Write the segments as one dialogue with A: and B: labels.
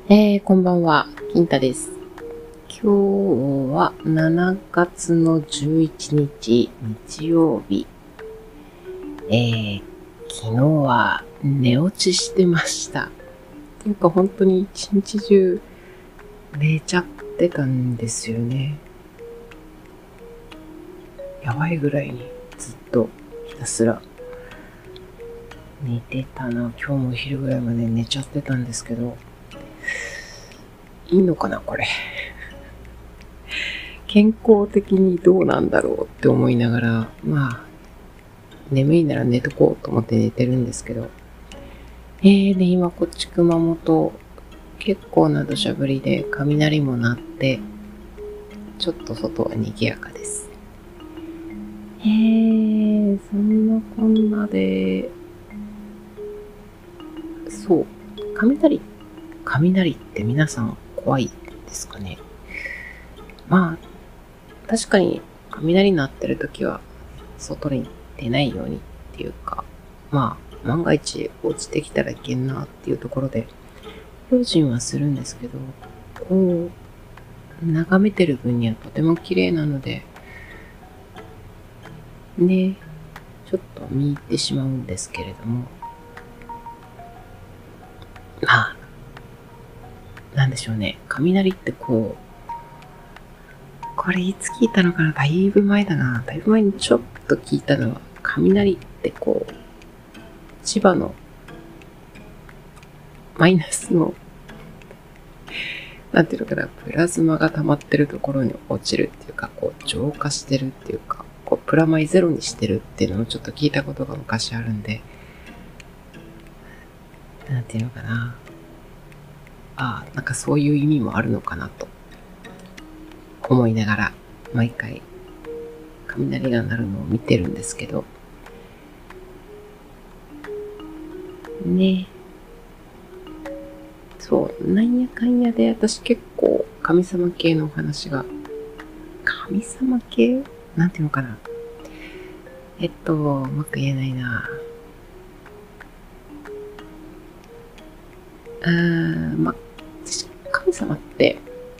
A: こんばんは、金太です。今日は7月の11日、日曜日。昨日は寝落ちしてました。っていうか本当に一日中寝ちゃってたんですよね。やばいぐらいにずっとひたすら寝てたな。今日もお昼ぐらいまで寝ちゃってたんですけど、いいのかなこれ。健康的にどうなんだろうって思いながら、眠いなら寝とこうと思って寝てるんですけど。で、今こっち熊本、結構な土砂降りで雷も鳴って、ちょっと外は賑やかです。そんなこんなで、そう、雷って皆さん怖いですかね。確かに雷鳴ってる時は外に出ないようにっていうか、万が一落ちてきたらいけんなっていうところで用心はするんですけど、こう眺めてる分にはとても綺麗なのでね、ちょっと見入ってしまうんですけれども、なんでしょうね、雷ってこれいつ聞いたのかな、だいぶ前にちょっと聞いたのは、雷って千葉のマイナスのなんていうのかな、プラズマが溜まってるところに落ちるっていうか、浄化してるっていうか、プラマイゼロにしてるっていうのをちょっと聞いたことが昔あるんで、なんていうのかな、なんかそういう意味もあるのかなと思いながら、毎回雷が鳴るのを見てるんですけど、ね。そう、なんやかんやで私結構神様系のお話が、神様系なんていうのかな。うまく言えないな。神様って、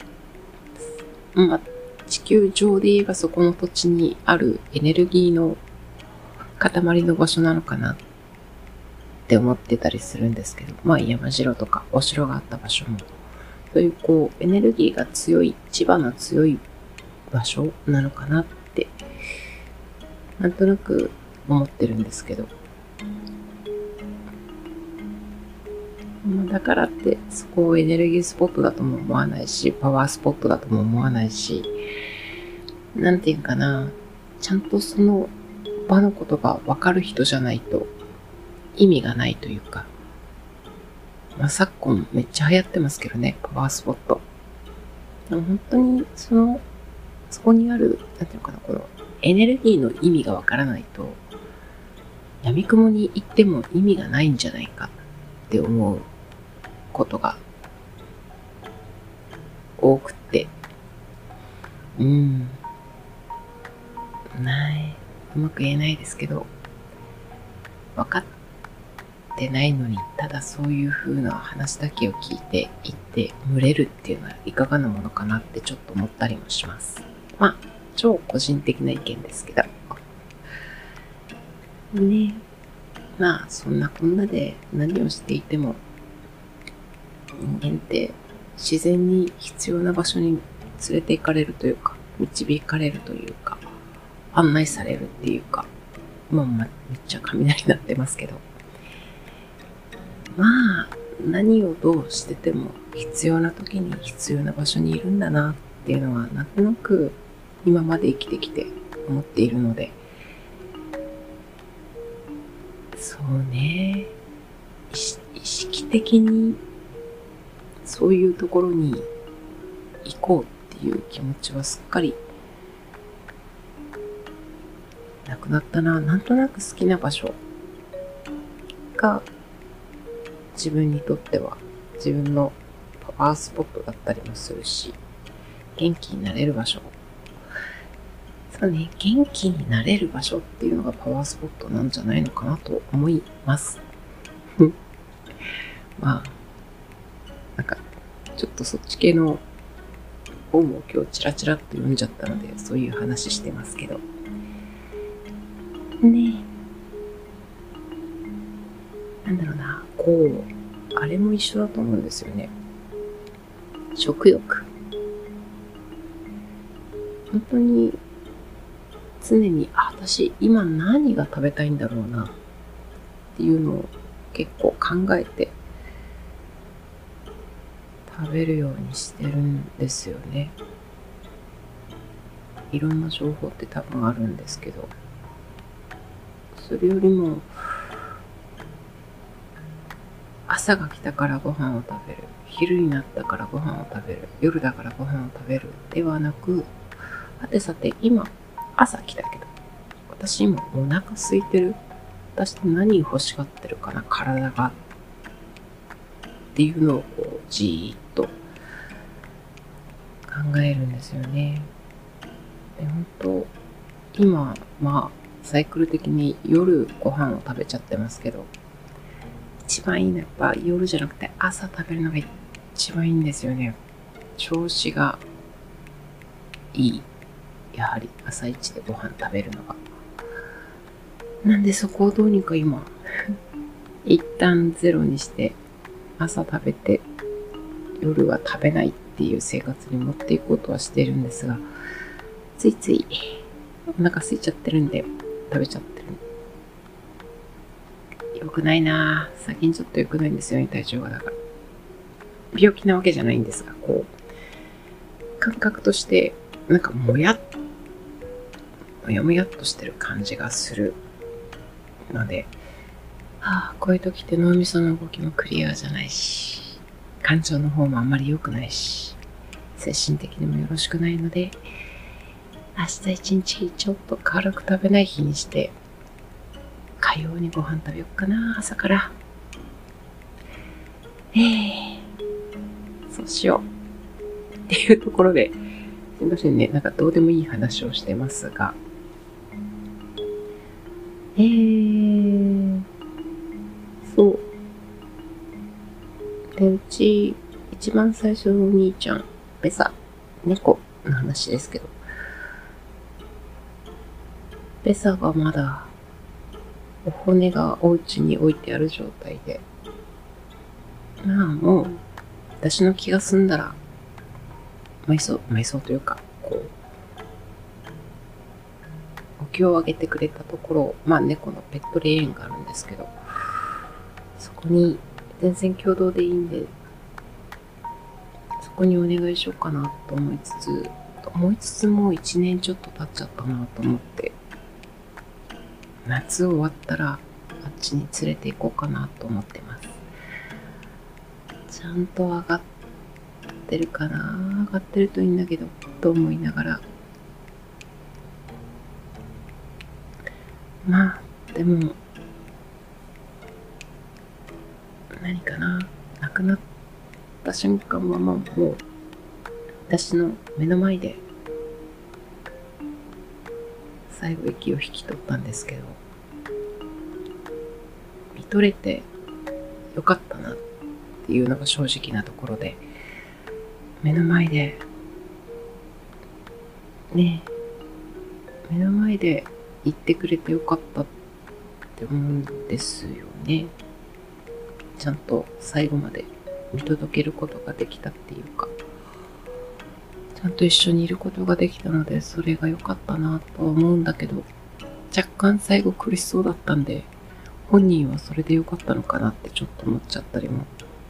A: 地球上で言えばそこの土地にあるエネルギーの塊の場所なのかなって思ってたりするんですけど、山城とかお城があった場所も、そういうエネルギーが強い、磁場の強い場所なのかなって、なんとなく思ってるんですけど、だからってそこをエネルギースポットだとも思わないし、パワースポットだとも思わないし、なんていうかな、ちゃんとその場のことが分かる人じゃないと意味がないというか、昨今めっちゃ流行ってますけどね、パワースポット。でも本当にそこにある、なんていうのかな、このエネルギーの意味が分からないと、闇雲に行っても意味がないんじゃないかって思うことが多くて、うまく言えないですけど、分かってないのに、ただそういう風な話だけを聞いていって群れるっていうのはいかがなものかなってちょっと思ったりもします。超個人的な意見ですけど。ね。そんなこんなで何をしていても、人間って自然に必要な場所に連れて行かれるというか、導かれるというか、案内されるっていうか、めっちゃ雷鳴ってますけど、何をどうしてても必要な時に必要な場所にいるんだなっていうのはなんとなく今まで生きてきて思っているので、そうね、意識的にそういうところに行こうっていう気持ちはすっかりなくなったな。なんとなく好きな場所が自分にとっては自分のパワースポットだったりもするし、元気になれる場所。そうね、元気になれる場所っていうのがパワースポットなんじゃないのかなと思います。なんかちょっとそっち系の本を今日チラチラっと読んじゃったので、そういう話してますけど。ねえ。なんだろうな、あれも一緒だと思うんですよね。食欲。本当に常に、私今何が食べたいんだろうなっていうのを結構考えて食べるようにしてるんですよね。いろんな情報って多分あるんですけど、それよりも朝が来たからご飯を食べる、昼になったからご飯を食べる、夜だからご飯を食べるではなく、はてさて今朝来たけど、私今お腹空いてる、私何欲しがってるかな、体がっていうのをじーっと考えるんですよね。で、本当今サイクル的に夜ご飯を食べちゃってますけど、一番いいのはやっぱ夜じゃなくて朝食べるのが一番いいんですよね。調子がいい。やはり朝一でご飯食べるのが。なんでそこをどうにか今一旦ゼロにして朝食べて夜は食べないっていう生活に持っていこうとはしているんですが、ついついお腹空いちゃってるんで食べちゃってる。良くないなぁ。最近ちょっと良くないんですよね、体調が。だから病気なわけじゃないんですが、感覚としてなんかもやもやっとしてる感じがするので、こういう時って脳みその動きもクリアじゃないし、感情の方もあんまり良くないし、精神的にもよろしくないので、明日一日ちょっと軽く食べない日にして、かようにご飯食べよっかな、朝から。そうしよう。っていうところで、すいませんね、なんかどうでもいい話をしてますが、そう。で、うち、一番最初のお兄ちゃん、ベサ、猫の話ですけど、ベサがまだ、お骨がお家に置いてある状態で、もう、私の気が済んだら、埋葬というか、お経をあげてくれたところ、猫のペット霊園があるんですけど、そこに全然共同でいいんで、そこにお願いしようかなと思いつつもう1年ちょっと経っちゃったなと思って、夏終わったらあっちに連れて行こうかなと思ってます。ちゃんと上がってるかな、上がってるといいんだけどと思いながら、でも何かな、亡くなった瞬間はもう私の目の前で最後息を引き取ったんですけど、見とれてよかったなっていうのが正直なところで、目の前で言ってくれてよかったって思うんですよね。ちゃんと最後まで見届けることができたっていうか、ちゃんと一緒にいることができたので、それが良かったなとは思うんだけど、若干最後苦しそうだったんで、本人はそれで良かったのかなってちょっと思っちゃったりも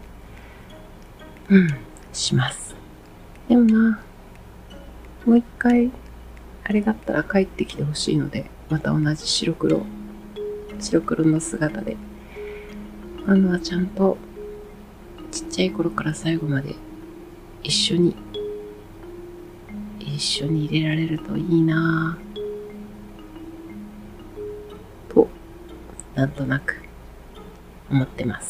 A: します。でももう一回あれだったら帰ってきてほしいので、また同じ白黒の姿で、はちゃんとちっちゃい頃から最後まで一緒に入れられるといいなぁと、なんとなく思ってます。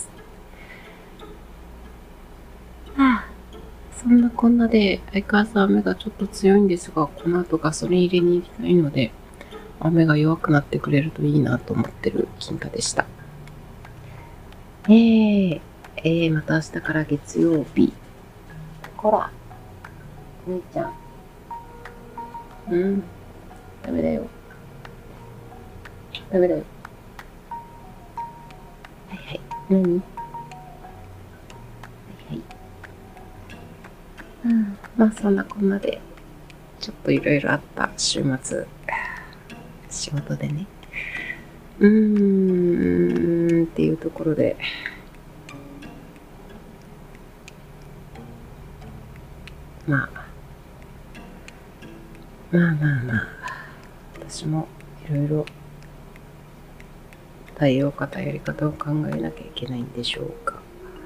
A: そんなこんなで相変わらず雨がちょっと強いんですが、この後ガソリン入れに行きたいので、雨が弱くなってくれるといいなと思ってる金太でした。また明日から月曜日、 こら、姉ちゃん。ダメだよ。ダメだよ。はいはい。何？はいはい。まあそんなこんなで、ちょっといろいろあった週末、仕事でね。っていうところで、まあ、私もいろいろ対応方、やり方を考えなきゃいけないんでしょうか。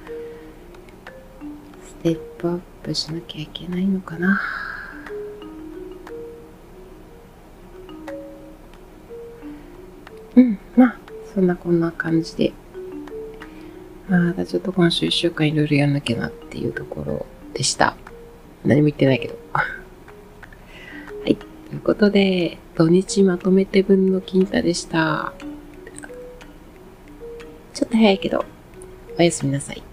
A: ステップアップしなきゃいけないのかな。まあ、そんなこんな感じで、まだちょっと今週1週間いろいろやんなきゃなっていうところでした。何も言ってないけど。はい。ということで、土日まとめて分の金太でした。ちょっと早いけど、おやすみなさい。